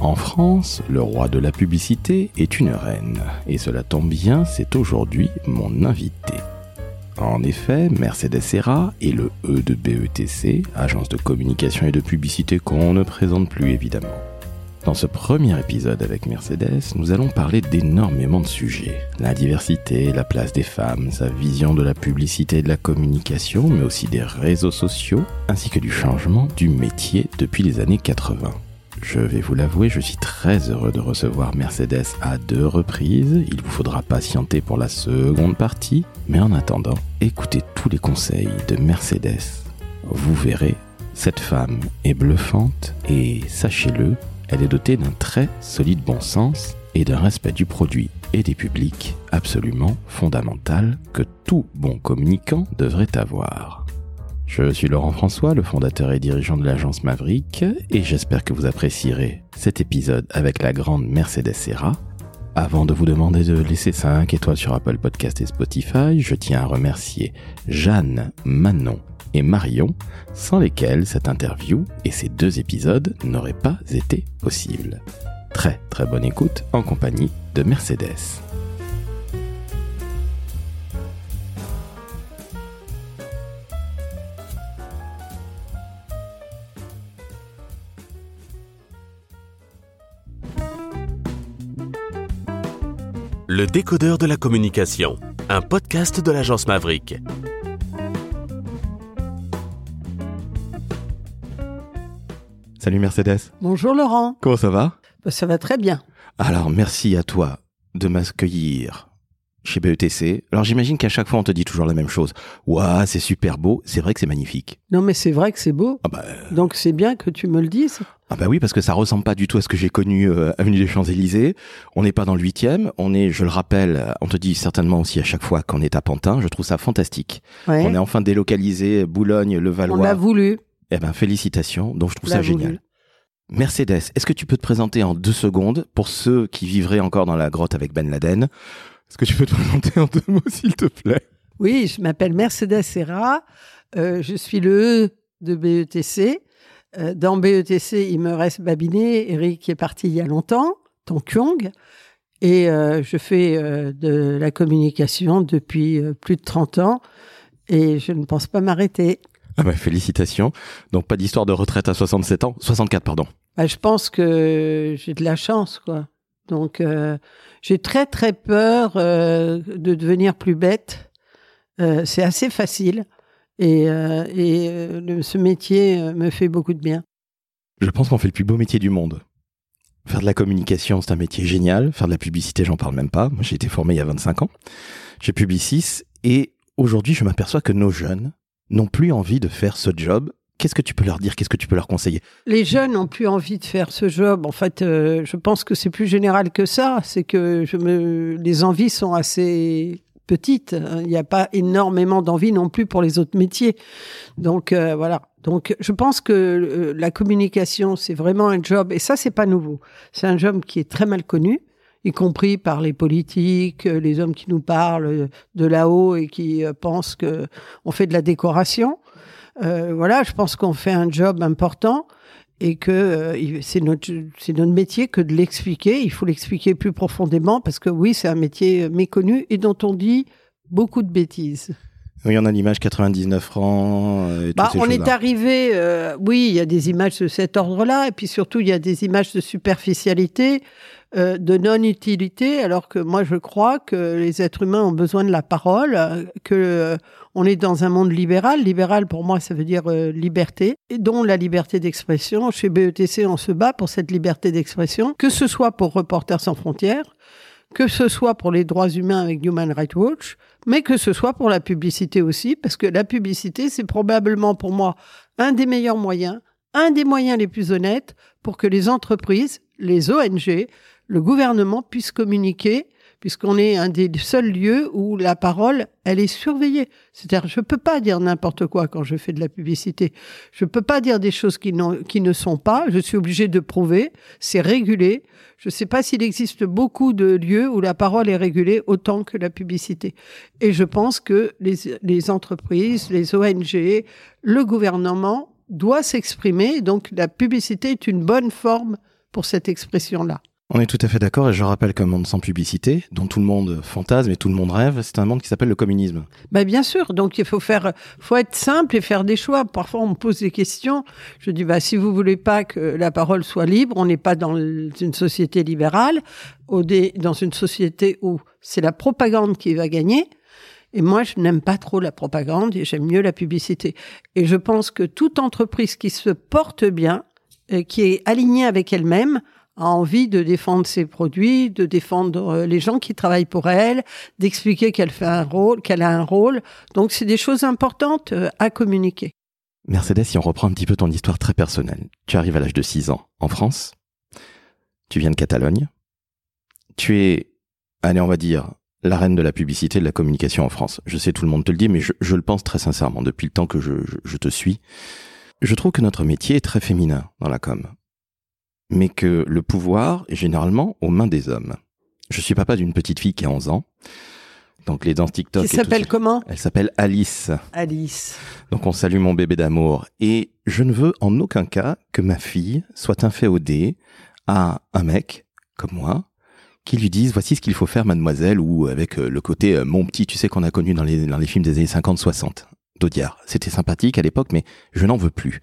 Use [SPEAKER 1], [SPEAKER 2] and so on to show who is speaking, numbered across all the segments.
[SPEAKER 1] En France, le roi de la publicité est une reine. Et cela tombe bien, c'est aujourd'hui mon invité. En effet, Mercedes Serra est le E de BETC, agence de communication et de publicité qu'on ne présente plus évidemment. Dans ce premier épisode avec Mercedes, nous allons parler d'énormément de sujets. La diversité, la place des femmes, sa vision de la publicité et de la communication, mais aussi des réseaux sociaux, ainsi que du changement du métier depuis les années 80. Je vais vous l'avouer, je suis très heureux de recevoir Mercedes à 2 reprises. Il vous faudra patienter pour la seconde partie. Mais en attendant, écoutez tous les conseils de Mercedes. Vous verrez, cette femme est bluffante et, sachez-le, elle est dotée d'un très solide bon sens et d'un respect du produit et des publics absolument fondamental que tout bon communicant devrait avoir. Je suis Laurent François, le fondateur et dirigeant de l'agence Maverick, et j'espère que vous apprécierez cet épisode avec la grande Mercedes Serra. Avant de vous demander de laisser 5 étoiles sur Apple Podcast et Spotify, je tiens à remercier Jeanne, Manon et Marion, sans lesquels cette interview et ces 2 épisodes n'auraient pas été possibles. Très très bonne écoute en compagnie de Mercedes.
[SPEAKER 2] Le décodeur de la communication, un podcast de l'agence Maverick.
[SPEAKER 1] Salut Mercedes.
[SPEAKER 3] Bonjour Laurent.
[SPEAKER 1] Comment ça va ?
[SPEAKER 3] Ça va très bien.
[SPEAKER 1] Alors merci à toi de m'accueillir chez BETC. Alors j'imagine qu'à chaque fois on te dit toujours la même chose. Ouah, c'est super beau, c'est vrai que c'est magnifique.
[SPEAKER 3] Non mais c'est vrai que c'est beau. Donc c'est bien que tu me le dises.
[SPEAKER 1] Ah bah oui, parce que ça ressemble pas du tout à ce que j'ai connu avenue des Champs-Élysées. On n'est pas dans le 8e, on est, je le rappelle, on te dit certainement aussi à chaque fois qu'on est à Pantin, je trouve ça fantastique.
[SPEAKER 3] Ouais.
[SPEAKER 1] On est enfin délocalisé Boulogne, Levallois.
[SPEAKER 3] On l'a voulu.
[SPEAKER 1] Eh ben félicitations, donc je trouve ça génial. Mercedes, est-ce que tu peux te présenter en 2 secondes pour ceux qui vivraient encore dans la grotte avec Ben Laden ? Est-ce que tu peux te présenter en 2 mots, s'il te plaît ?
[SPEAKER 3] Oui, je m'appelle Mercedes Serra. Je suis le E de BETC. Dans BETC, il me reste Babinet, Eric qui est parti il y a longtemps, Tong Kyung. Et je fais de la communication depuis plus de 30 ans. Et je ne pense pas m'arrêter.
[SPEAKER 1] Ah bah félicitations. Donc pas d'histoire de retraite à 67 ans, 64 pardon.
[SPEAKER 3] Bah, je pense que j'ai de la chance, quoi. Donc j'ai très très peur de devenir plus bête. C'est assez facile et ce métier me fait beaucoup de bien.
[SPEAKER 1] Je pense qu'on fait le plus beau métier du monde. Faire de la communication, c'est un métier génial. Faire de la publicité, j'en parle même pas. Moi, j'ai été formé il y a 25 ans. J'ai Publicis et aujourd'hui, je m'aperçois que nos jeunes n'ont plus envie de faire ce job. Qu'est-ce que tu peux leur dire ? Qu'est-ce que tu peux leur conseiller ?
[SPEAKER 3] Les jeunes n'ont plus envie de faire ce job. En fait, je pense que c'est plus général que ça. C'est que les envies sont assez petites. Il n'y a pas énormément d'envie non plus pour les autres métiers. Donc, voilà. Donc, je pense que la communication, c'est vraiment un job. Et ça, c'est pas nouveau. C'est un job qui est très mal connu, y compris par les politiques, les hommes qui nous parlent de là-haut et qui pensent qu'on fait de la décoration. Voilà, je pense qu'on fait un job important et que c'est notre métier que de l'expliquer. Il faut l'expliquer plus profondément parce que oui, c'est un métier méconnu et dont on dit beaucoup de bêtises.
[SPEAKER 1] Oui, on a l'image 99 francs.
[SPEAKER 3] On est arrivé, oui, il y a des images de cet ordre-là et puis surtout, il y a des images de superficialité, de non-utilité, alors que moi, je crois que les êtres humains ont besoin de la parole, on est dans un monde libéral. Libéral, pour moi, ça veut dire liberté, et dont la liberté d'expression. Chez BETC, on se bat pour cette liberté d'expression, que ce soit pour Reporters sans frontières, que ce soit pour les droits humains avec Human Rights Watch, mais que ce soit pour la publicité aussi, parce que la publicité, c'est probablement pour moi un des meilleurs moyens, un des moyens les plus honnêtes pour que les entreprises, les ONG, le gouvernement puissent communiquer, puisqu'on est un des seuls lieux où la parole, elle est surveillée. C'est-à-dire, je peux pas dire n'importe quoi quand je fais de la publicité. Je peux pas dire des choses qui ne sont pas. Je suis obligée de prouver. C'est régulé. Je sais pas s'il existe beaucoup de lieux où la parole est régulée autant que la publicité. Et je pense que les entreprises, les ONG, le gouvernement doit s'exprimer. Donc, la publicité est une bonne forme pour cette expression-là.
[SPEAKER 1] On est tout à fait d'accord et je rappelle qu'un monde sans publicité, dont tout le monde fantasme et tout le monde rêve, c'est un monde qui s'appelle le communisme.
[SPEAKER 3] Bien sûr, donc il faut être simple et faire des choix. Parfois on me pose des questions, je dis si vous voulez pas que la parole soit libre, on n'est pas dans une société libérale, dans une société où c'est la propagande qui va gagner. Et moi, je n'aime pas trop la propagande et j'aime mieux la publicité. Et je pense que toute entreprise qui se porte bien, qui est alignée avec elle-même, a envie de défendre ses produits, de défendre les gens qui travaillent pour elle, d'expliquer qu'elle a un rôle. Donc, c'est des choses importantes à communiquer.
[SPEAKER 1] Mercedes, si on reprend un petit peu ton histoire très personnelle, tu arrives à l'âge de 6 ans en France, tu viens de Catalogne, tu es, on va dire, la reine de la publicité et de la communication en France. Je sais, tout le monde te le dit, mais je le pense très sincèrement depuis le temps que je te suis. Je trouve que notre métier est très féminin dans la com. Mais que le pouvoir est généralement aux mains des hommes. Je suis papa d'une petite fille qui a 11 ans. Donc les danses TikTok...
[SPEAKER 3] Qui s'appelle comment ?
[SPEAKER 1] Elle s'appelle Alice.
[SPEAKER 3] Alice.
[SPEAKER 1] Donc on salue mon bébé d'amour. Et je ne veux en aucun cas que ma fille soit inféodée à un mec, comme moi, qui lui dise « Voici ce qu'il faut faire, mademoiselle », ou avec le côté « mon petit », tu sais, qu'on a connu dans les films des années 50-60, d'Audiard. C'était sympathique à l'époque, mais je n'en veux plus.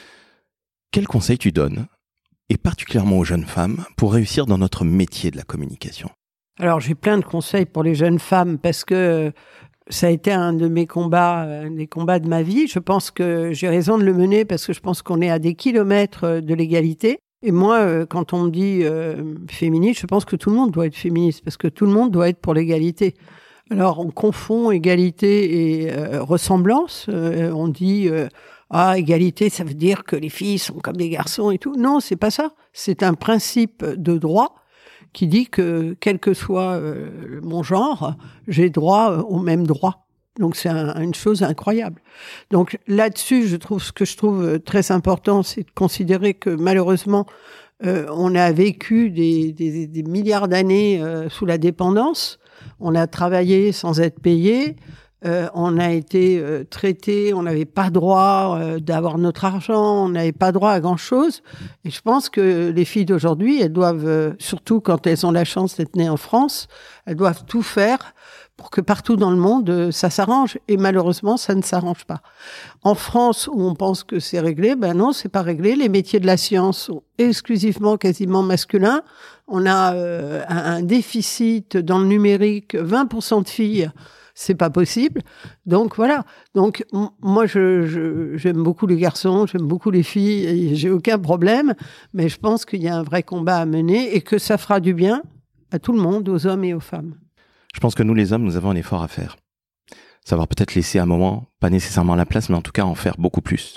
[SPEAKER 1] Quel conseil tu donnes, et particulièrement aux jeunes femmes, pour réussir dans notre métier de la communication ?
[SPEAKER 3] Alors, j'ai plein de conseils pour les jeunes femmes, parce que ça a été un de mes combats, un des combats de ma vie. Je pense que j'ai raison de le mener, parce que je pense qu'on est à des kilomètres de l'égalité. Et moi, quand on me dit féministe, je pense que tout le monde doit être féministe, parce que tout le monde doit être pour l'égalité. Alors, on confond égalité et ressemblance. On dit... égalité, ça veut dire que les filles sont comme les garçons et tout. Non, c'est pas ça. C'est un principe de droit qui dit que, quel que soit mon genre, j'ai droit aux mêmes droits. Donc, c'est une chose incroyable. Donc, là-dessus, ce que je trouve très important, c'est de considérer que, malheureusement, on a vécu des milliards d'années sous la dépendance. On a travaillé sans être payé. On a été traité, on n'avait pas droit d'avoir notre argent, on n'avait pas droit à grand-chose. Et je pense que les filles d'aujourd'hui, elles doivent, surtout quand elles ont la chance d'être nées en France, elles doivent tout faire pour que partout dans le monde, ça s'arrange. Et malheureusement, ça ne s'arrange pas. En France, où on pense que c'est réglé, non, c'est pas réglé. Les métiers de la science sont exclusivement, quasiment masculins. On a un déficit dans le numérique, 20% de filles. C'est pas possible. Donc voilà. Donc moi j'aime beaucoup les garçons, j'aime beaucoup les filles, et j'ai aucun problème, mais je pense qu'il y a un vrai combat à mener et que ça fera du bien à tout le monde, aux hommes et aux femmes.
[SPEAKER 1] Je pense que nous les hommes, nous avons un effort à faire. Savoir peut-être laisser un moment, pas nécessairement la place, mais en tout cas en faire beaucoup plus.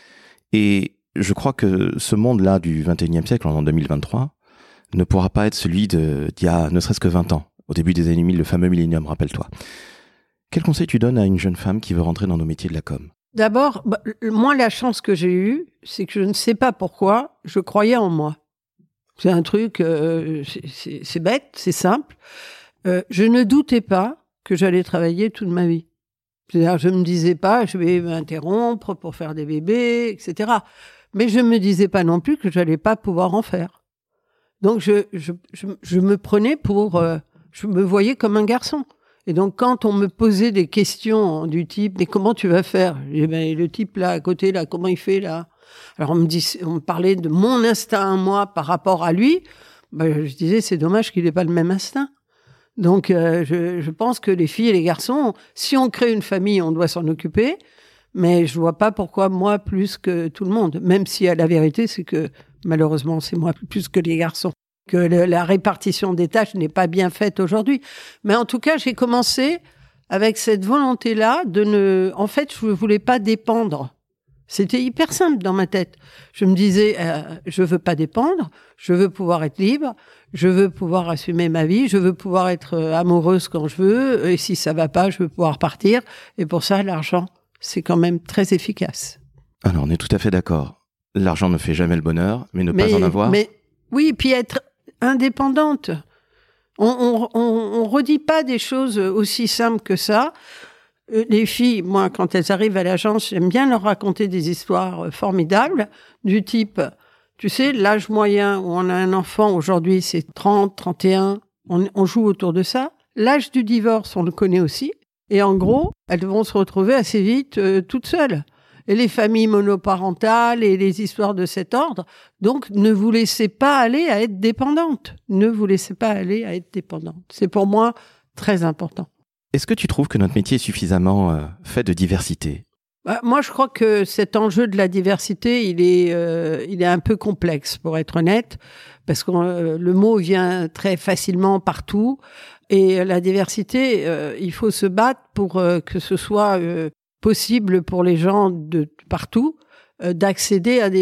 [SPEAKER 1] Et je crois que ce monde-là du 21e siècle, en 2023, ne pourra pas être celui d'il y a ne serait-ce que 20 ans, au début des années 1000, le fameux millénium, rappelle-toi. Quel conseil tu donnes à une jeune femme qui veut rentrer dans nos métiers de la com ?
[SPEAKER 3] D'abord, moi, la chance que j'ai eue, c'est que je ne sais pas pourquoi, je croyais en moi. C'est un truc, c'est bête, c'est simple. Je ne doutais pas que j'allais travailler toute ma vie. C'est-à-dire, je me disais pas, je vais m'interrompre pour faire des bébés, etc. Mais je me disais pas non plus que j'allais pas pouvoir en faire. Donc, je me prenais je me voyais comme un garçon. Et donc, quand on me posait des questions du type « Mais comment tu vas faire ?» Le type là, à côté, là, comment il fait là ? Alors, on me parlait de mon instinct à moi par rapport à lui. Je disais, c'est dommage qu'il n'ait pas le même instinct. Donc, je pense que les filles et les garçons, si on crée une famille, on doit s'en occuper. Mais je vois pas pourquoi moi plus que tout le monde. Même si la vérité, c'est que malheureusement, c'est moi plus que les garçons. Que la répartition des tâches n'est pas bien faite aujourd'hui. Mais en tout cas, j'ai commencé avec cette volonté-là en fait, je ne voulais pas dépendre. C'était hyper simple dans ma tête. Je me disais, je veux pas dépendre, je veux pouvoir être libre, je veux pouvoir assumer ma vie, je veux pouvoir être amoureuse quand je veux, et si ça va pas, je veux pouvoir partir. Et pour ça, l'argent, c'est quand même très efficace.
[SPEAKER 1] Alors, on est tout à fait d'accord. L'argent ne fait jamais le bonheur, mais ne pas en avoir...
[SPEAKER 3] Oui, puis être indépendante. On redit pas des choses aussi simples que ça. Les filles, moi, quand elles arrivent à l'agence, j'aime bien leur raconter des histoires formidables, du type, Tu sais, l'âge moyen où on a un enfant, aujourd'hui, c'est 30, 31. On joue autour de ça. L'âge du divorce, on le connaît aussi. Et en gros, elles vont se retrouver assez vite toutes seules. Et les familles monoparentales et les histoires de cet ordre. Donc, ne vous laissez pas aller à être dépendante. Ne vous laissez pas aller à être dépendante. C'est pour moi très important.
[SPEAKER 1] Est-ce que tu trouves que notre métier est suffisamment fait de diversité ?
[SPEAKER 3] Moi, je crois que cet enjeu de la diversité, il est un peu complexe, pour être honnête, parce que le mot vient très facilement partout. Et la diversité, il faut se battre pour que ce soit possible pour les gens de partout d'accéder à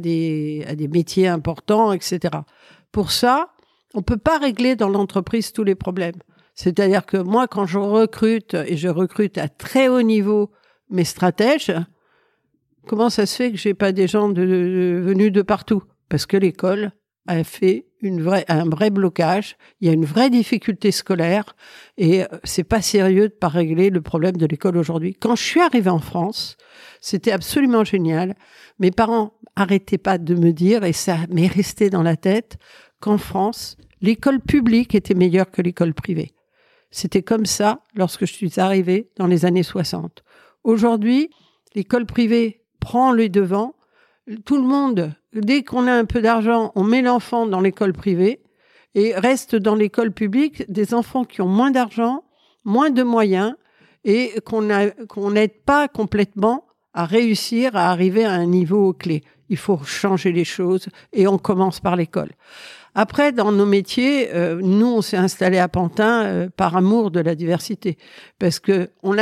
[SPEAKER 3] des métiers importants, etc. Pour ça, on peut pas régler dans l'entreprise tous les problèmes. C'est-à-dire que moi, quand je recrute, et je recrute à très haut niveau mes stratèges, comment ça se fait que j'ai pas des gens venus de partout ? Parce que l'école a fait un vrai blocage, il y a une vraie difficulté scolaire et c'est pas sérieux de pas régler le problème de l'école aujourd'hui. Quand je suis arrivée en France, c'était absolument génial. Mes parents arrêtaient pas de me dire, et ça m'est resté dans la tête, qu'en France, l'école publique était meilleure que l'école privée. C'était comme ça lorsque je suis arrivée dans les années 60. Aujourd'hui, l'école privée prend les devants. Tout le monde, dès qu'on a un peu d'argent, on met l'enfant dans l'école privée et reste dans l'école publique des enfants qui ont moins d'argent, moins de moyens et qu'on n'aide pas complètement à réussir à arriver à un niveau clé. Il faut changer les choses et on commence par l'école. Après, dans nos métiers, nous, on s'est installés à Pantin par amour de la diversité. Parce que on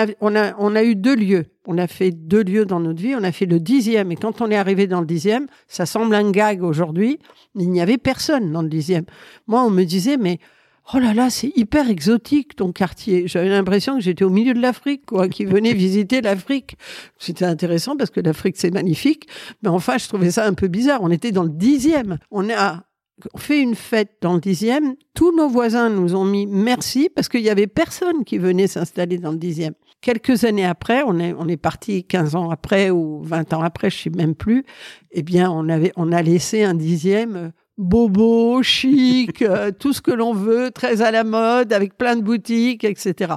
[SPEAKER 3] a eu 2 lieux. On a fait 2 lieux dans notre vie. On a fait le 10e. Et quand on est arrivé dans le 10e, ça semble un gag aujourd'hui. Il n'y avait personne dans le 10e. Moi, on me disait, mais oh là là, c'est hyper exotique ton quartier. J'avais l'impression que j'étais au milieu de l'Afrique, quoi, qui venait visiter l'Afrique. C'était intéressant parce que l'Afrique, c'est magnifique. Mais enfin, je trouvais ça un peu bizarre. On était dans le 10e. On fait une fête dans le 10e. Tous nos voisins nous ont mis merci parce qu'il y avait personne qui venait s'installer dans le 10e. Quelques années après, on est parti 15 ans après ou 20 ans après, je sais même plus. Eh bien, on a laissé un 10e bobo, chic, tout ce que l'on veut, très à la mode, avec plein de boutiques, etc.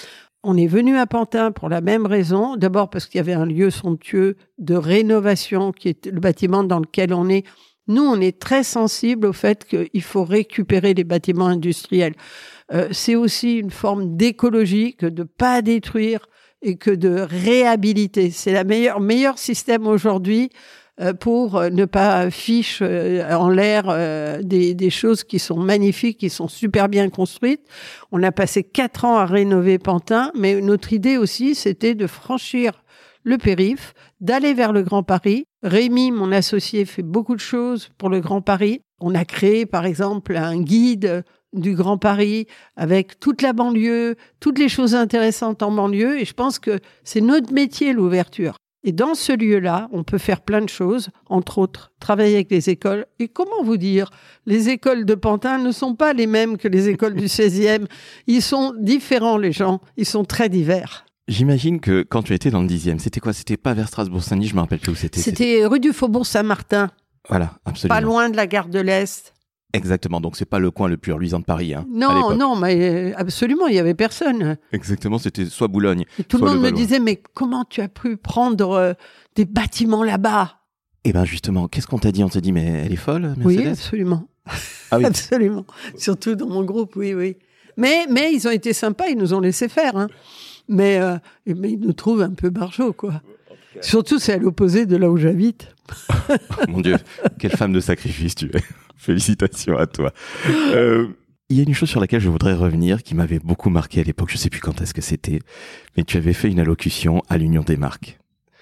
[SPEAKER 3] On est venu à Pantin pour la même raison. D'abord parce qu'il y avait un lieu somptueux de rénovation qui est le bâtiment dans lequel on est. Nous, on est très sensibles au fait qu'il faut récupérer les bâtiments industriels. C'est aussi une forme d'écologie que de pas détruire et que de réhabiliter. C'est le meilleur système aujourd'hui pour ne pas ficher en l'air des choses qui sont magnifiques, qui sont super bien construites. On a passé 4 ans à rénover Pantin, mais notre idée aussi, c'était de franchir le périph', d'aller vers le Grand Paris. Rémi, mon associé, fait beaucoup de choses pour le Grand Paris. On a créé, par exemple, un guide du Grand Paris avec toute la banlieue, toutes les choses intéressantes en banlieue. Et je pense que c'est notre métier, l'ouverture. Et dans ce lieu-là, on peut faire plein de choses, entre autres, travailler avec les écoles. Et comment vous dire, les écoles de Pantin ne sont pas les mêmes que les écoles du 16e. Ils sont différents, les gens. Ils sont très divers.
[SPEAKER 1] J'imagine que quand tu étais dans le 10e, c'était quoi ? C'était pas vers Strasbourg-Saint-Denis, je me rappelle plus où c'était.
[SPEAKER 3] C'était rue du Faubourg Saint-Martin.
[SPEAKER 1] Voilà, absolument.
[SPEAKER 3] Pas loin de la gare de l'Est.
[SPEAKER 1] Exactement, donc c'est pas le coin le plus reluisant de Paris. Hein,
[SPEAKER 3] non, mais absolument, il y avait personne.
[SPEAKER 1] Exactement, c'était soit Boulogne,
[SPEAKER 3] et tout le monde me disait, mais comment tu as pu prendre des bâtiments là-bas ?
[SPEAKER 1] Eh bien justement, qu'est-ce qu'on t'a dit ? On t'a dit, mais elle est folle, Mercedes ?
[SPEAKER 3] Oui, absolument.
[SPEAKER 1] Ah oui.
[SPEAKER 3] Absolument. Surtout dans mon groupe, oui. Mais ils ont été sympas, ils nous ont laissé faire. Hein. Mais ils nous trouvent un peu barjots, quoi. Surtout, c'est à l'opposé de là où j'habite.
[SPEAKER 1] Oh, mon Dieu, quelle femme de sacrifice tu es. Félicitations à toi. Il y a une chose sur laquelle je voudrais revenir qui m'avait beaucoup marqué à l'époque, je ne sais plus quand est-ce que c'était, mais tu avais fait une allocution à l'Union des marques,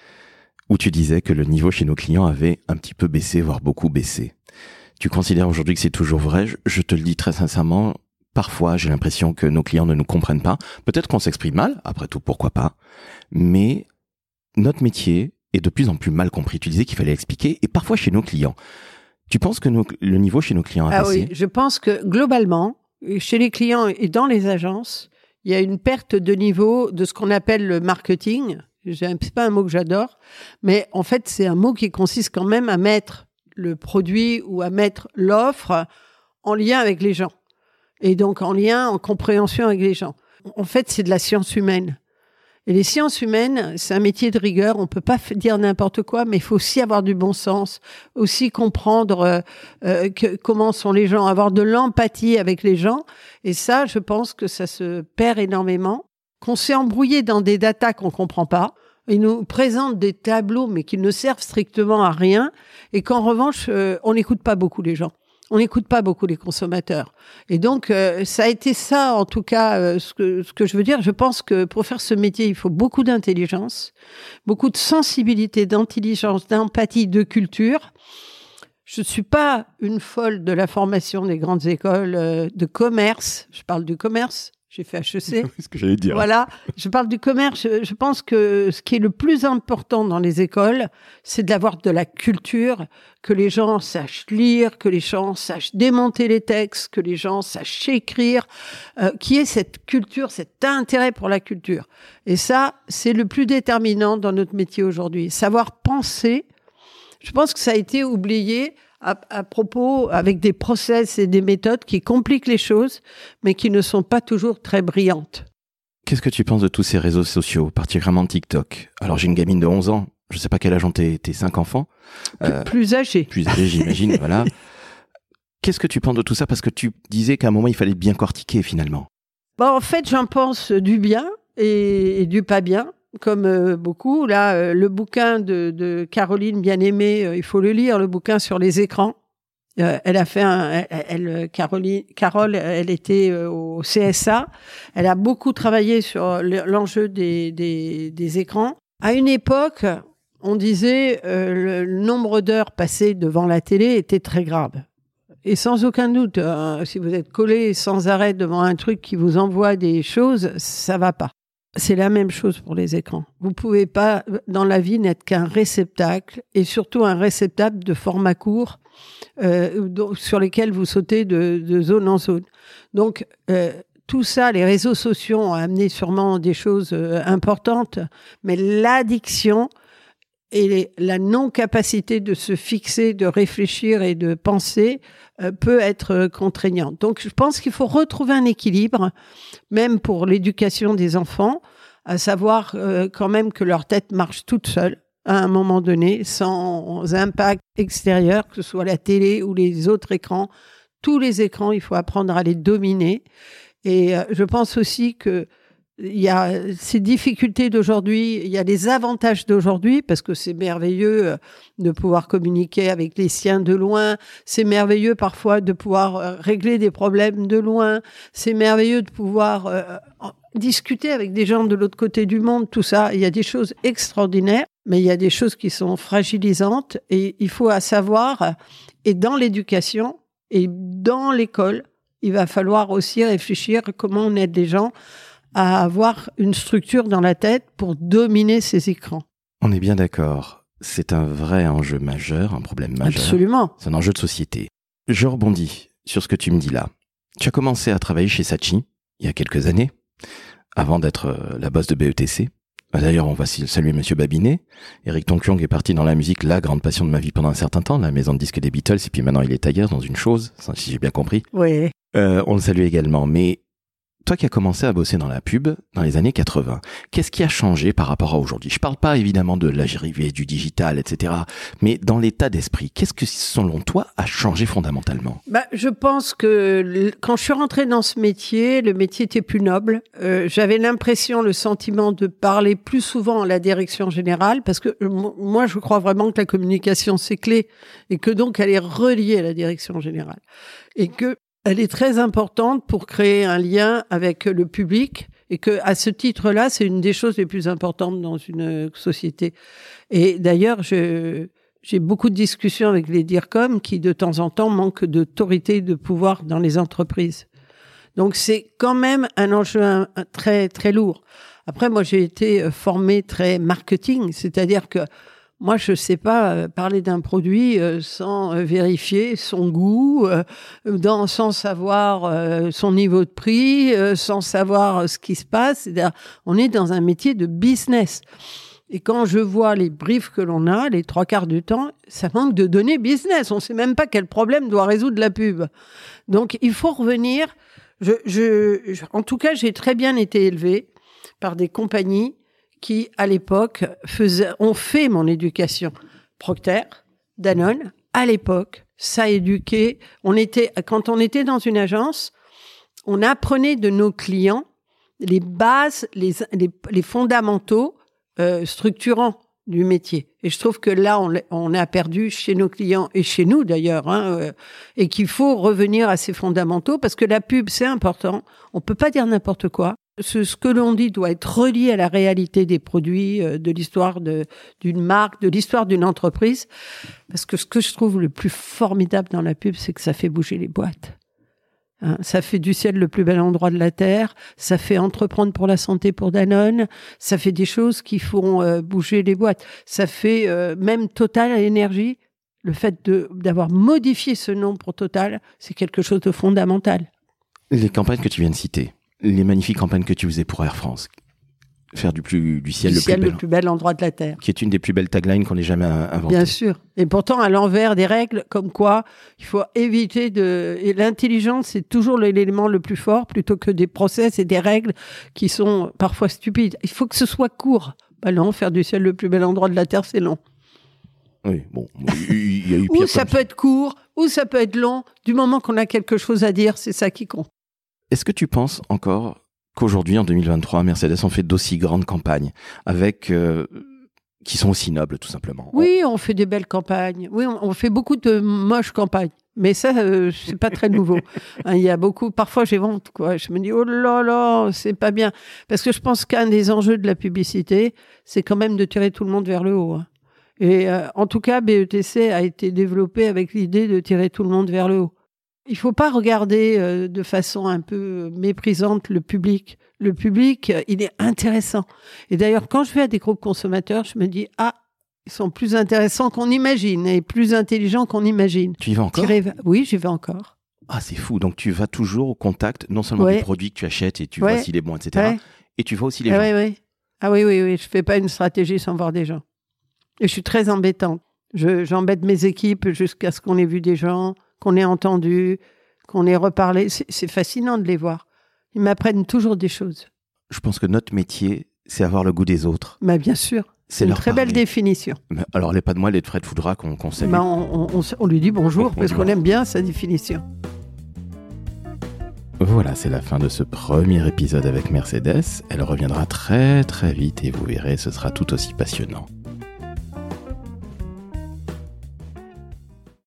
[SPEAKER 1] où tu disais que le niveau chez nos clients avait un petit peu baissé, voire beaucoup baissé. Tu considères aujourd'hui que c'est toujours vrai ? Je te le dis très sincèrement, parfois j'ai l'impression que nos clients ne nous comprennent pas. Peut-être qu'on s'exprime mal, après tout, pourquoi pas, mais notre métier est de plus en plus mal compris. Tu disais qu'il fallait expliquer, et parfois chez nos clients. Tu penses que le niveau chez nos clients a baissé ?
[SPEAKER 3] Oui, je pense que globalement, chez les clients et dans les agences, il y a une perte de niveau de ce qu'on appelle le marketing. C'est pas un mot que j'adore, mais en fait, c'est un mot qui consiste quand même à mettre le produit ou à mettre l'offre en lien avec les gens. Et donc en lien, en compréhension avec les gens. En fait, c'est de la science humaine. Et les sciences humaines, c'est un métier de rigueur. On peut pas dire n'importe quoi, mais il faut aussi avoir du bon sens, aussi comprendre comment sont les gens, avoir de l'empathie avec les gens. Et ça, je pense que ça se perd énormément. Qu'on s'est embrouillé dans des datas qu'on comprend pas. Ils nous présentent des tableaux, mais qui ne servent strictement à rien. Et qu'en revanche, on n'écoute pas beaucoup les gens. On n'écoute pas beaucoup les consommateurs. Et donc, ça a été ça, en tout cas, ce que je veux dire. Je pense que pour faire ce métier, il faut beaucoup d'intelligence, beaucoup de sensibilité, d'intelligence, d'empathie, de culture. Je ne suis pas une folle de la formation des grandes écoles de commerce. Je parle du commerce. J'ai fait HEC.
[SPEAKER 1] C'est ce que j'allais dire.
[SPEAKER 3] Voilà, je parle du commerce. Je pense que ce qui est le plus important dans les écoles, c'est d'avoir de la culture, que les gens sachent lire, que les gens sachent démonter les textes, que les gens sachent écrire, qui est cette culture, cet intérêt pour la culture. Et ça, c'est le plus déterminant dans notre métier aujourd'hui. Savoir penser, je pense que ça a été oublié à propos, avec des process et des méthodes qui compliquent les choses, mais qui ne sont pas toujours très brillantes.
[SPEAKER 1] Qu'est-ce que tu penses de tous ces réseaux sociaux, particulièrement TikTok? Alors, j'ai une gamine de 11 ans, je sais pas quel âge ont tes 5 enfants.
[SPEAKER 3] Plus âgés.
[SPEAKER 1] Plus âgés, j'imagine, voilà. Qu'est-ce que tu penses de tout ça? Parce que tu disais qu'à un moment, il fallait bien cortiquer, finalement.
[SPEAKER 3] En fait, j'en pense du bien et du pas bien. Comme beaucoup, là, le bouquin de Caroline Bien-Aimée, il faut le lire, le bouquin sur les écrans. Elle a fait Carole, elle était au CSA. Elle a beaucoup travaillé sur l'enjeu des écrans. À une époque, on disait le nombre d'heures passées devant la télé était très grave. Et sans aucun doute, si vous êtes collé sans arrêt devant un truc qui vous envoie des choses, ça va pas. C'est la même chose pour les écrans. Vous pouvez pas, dans la vie, n'être qu'un réceptacle, et surtout un réceptacle de format court, sur lesquels vous sautez de zone en zone. Donc, tout ça, les réseaux sociaux ont amené sûrement des choses importantes, mais l'addiction et la non-capacité de se fixer, de réfléchir et de penser peut être contraignante. Donc, je pense qu'il faut retrouver un équilibre, même pour l'éducation des enfants, à savoir quand même que leur tête marche toute seule à un moment donné, sans impact extérieur, que ce soit la télé ou les autres écrans. Tous les écrans, il faut apprendre à les dominer. Et je pense aussi que il y a ces difficultés d'aujourd'hui, il y a les avantages d'aujourd'hui, parce que c'est merveilleux de pouvoir communiquer avec les siens de loin, c'est merveilleux parfois de pouvoir régler des problèmes de loin, c'est merveilleux de pouvoir discuter avec des gens de l'autre côté du monde, tout ça. Il y a des choses extraordinaires, mais il y a des choses qui sont fragilisantes, et il faut savoir, et dans l'éducation, et dans l'école, il va falloir aussi réfléchir à comment on aide les gens à avoir une structure dans la tête pour dominer ces écrans.
[SPEAKER 1] On est bien d'accord. C'est un vrai enjeu majeur, un problème majeur.
[SPEAKER 3] Absolument.
[SPEAKER 1] C'est un enjeu de société. Je rebondis sur ce que tu me dis là. Tu as commencé à travailler chez Saatchi il y a quelques années, avant d'être la boss de BETC. D'ailleurs, on va saluer Monsieur Babinet. Eric Tonkyong est parti dans la musique, la grande passion de ma vie pendant un certain temps, la maison de disques des Beatles, et puis maintenant il est ailleurs dans une chose, si j'ai bien compris.
[SPEAKER 3] Oui.
[SPEAKER 1] On le salue également, mais toi qui as commencé à bosser dans la pub dans les années 80, qu'est-ce qui a changé par rapport à aujourd'hui? Je parle pas évidemment de l'arrivée du digital, etc., mais dans l'état d'esprit, qu'est-ce que selon toi a changé fondamentalement?
[SPEAKER 3] Je pense que quand je suis rentrée dans ce métier, le métier était plus noble. J'avais l'impression, le sentiment de parler plus souvent à la direction générale, parce que moi je crois vraiment que la communication c'est clé, et que donc elle est reliée à la direction générale. Et que elle est très importante pour créer un lien avec le public, et que, à ce titre-là, c'est une des choses les plus importantes dans une société. Et d'ailleurs, j'ai beaucoup de discussions avec les DIRCOM qui, de temps en temps, manquent d'autorité et de pouvoir dans les entreprises. Donc, c'est quand même un enjeu très, très lourd. Après, moi, j'ai été formée très marketing, c'est-à-dire que moi, je ne sais pas parler d'un produit sans vérifier son goût, sans savoir son niveau de prix, sans savoir ce qui se passe. C'est-à-dire, on est dans un métier de business. Et quand je vois les briefs que l'on a, les 3/4 du temps, ça manque de données business. On ne sait même pas quel problème doit résoudre la pub. Donc, il faut revenir. En tout cas, j'ai très bien été élevée par des compagnies qui, à l'époque, ont fait mon éducation. Procter, Danone, à l'époque, ça éduquait. Quand on était dans une agence, on apprenait de nos clients les bases, les fondamentaux structurants du métier. Et je trouve que là, on a perdu chez nos clients et chez nous d'ailleurs, et qu'il faut revenir à ces fondamentaux parce que la pub, c'est important. On peut pas dire n'importe quoi. Ce que l'on dit doit être relié à la réalité des produits, de l'histoire d'une marque, de l'histoire d'une entreprise. Parce que ce que je trouve le plus formidable dans la pub, c'est que ça fait bouger les boîtes. Ça fait du ciel le plus bel endroit de la terre, ça fait entreprendre pour la santé pour Danone, ça fait des choses qui font bouger les boîtes. Ça fait même Total Énergie, le fait d'avoir modifié ce nom pour Total, c'est quelque chose de fondamental.
[SPEAKER 1] Les campagnes que tu viens de citer, les magnifiques campagnes que tu faisais pour Air France, faire du ciel le plus bel
[SPEAKER 3] endroit de la terre.
[SPEAKER 1] Qui est une des plus belles taglines qu'on ait jamais inventées.
[SPEAKER 3] Bien sûr. Et pourtant, à l'envers des règles, comme quoi il faut éviter et l'intelligence, c'est toujours l'élément le plus fort, plutôt que des process et des règles qui sont parfois stupides. Il faut que ce soit court. Bah non, faire du ciel le plus bel endroit de la terre, c'est long.
[SPEAKER 1] Oui, bon, il y a eu pire.
[SPEAKER 3] Ou ça peut être court, ou ça peut être long. Du moment qu'on a quelque chose à dire, c'est ça qui compte.
[SPEAKER 1] Est-ce que tu penses encore qu'aujourd'hui, en 2023, Mercedes ont fait d'aussi grandes campagnes qui sont aussi nobles, tout simplement?
[SPEAKER 3] Oui, on fait des belles campagnes. Oui, on fait beaucoup de moches campagnes. Mais ça, c'est pas très nouveau. Il y a beaucoup... Parfois, j'ai honte, quoi. Je me dis, oh là là, c'est pas bien. Parce que je pense qu'un des enjeux de la publicité, c'est quand même de tirer tout le monde vers le haut. Et en tout cas, BETC a été développé avec l'idée de tirer tout le monde vers le haut. Il faut pas regarder de façon un peu méprisante le public. Le public, il est intéressant. Et d'ailleurs, quand je vais à des groupes consommateurs, je me dis, ils sont plus intéressants qu'on imagine et plus intelligents qu'on imagine.
[SPEAKER 1] Tu y vas encore?
[SPEAKER 3] Oui, j'y vais encore.
[SPEAKER 1] Ah, c'est fou. Donc, tu vas toujours au contact, non seulement du produit que tu achètes et tu vois s'il est bon, etc. Et tu vois aussi les gens.
[SPEAKER 3] Oui. Ah oui. Je fais pas une stratégie sans voir des gens. Et je suis très embêtante. J'embête mes équipes jusqu'à ce qu'on ait vu des gens, qu'on ait entendu, qu'on ait reparlé. C'est fascinant de les voir. Ils m'apprennent toujours des choses.
[SPEAKER 1] Je pense que notre métier, c'est avoir le goût des autres.
[SPEAKER 3] Mais bien sûr. C'est une très belle définition.
[SPEAKER 1] Mais alors, elle n'est pas de moi, elle est de Fred Foudra qu'on salue.
[SPEAKER 3] On lui dit bonjour parce qu'on aime bien sa définition.
[SPEAKER 1] Voilà, c'est la fin de ce premier épisode avec Mercedes. Elle reviendra très très vite et vous verrez, ce sera tout aussi passionnant.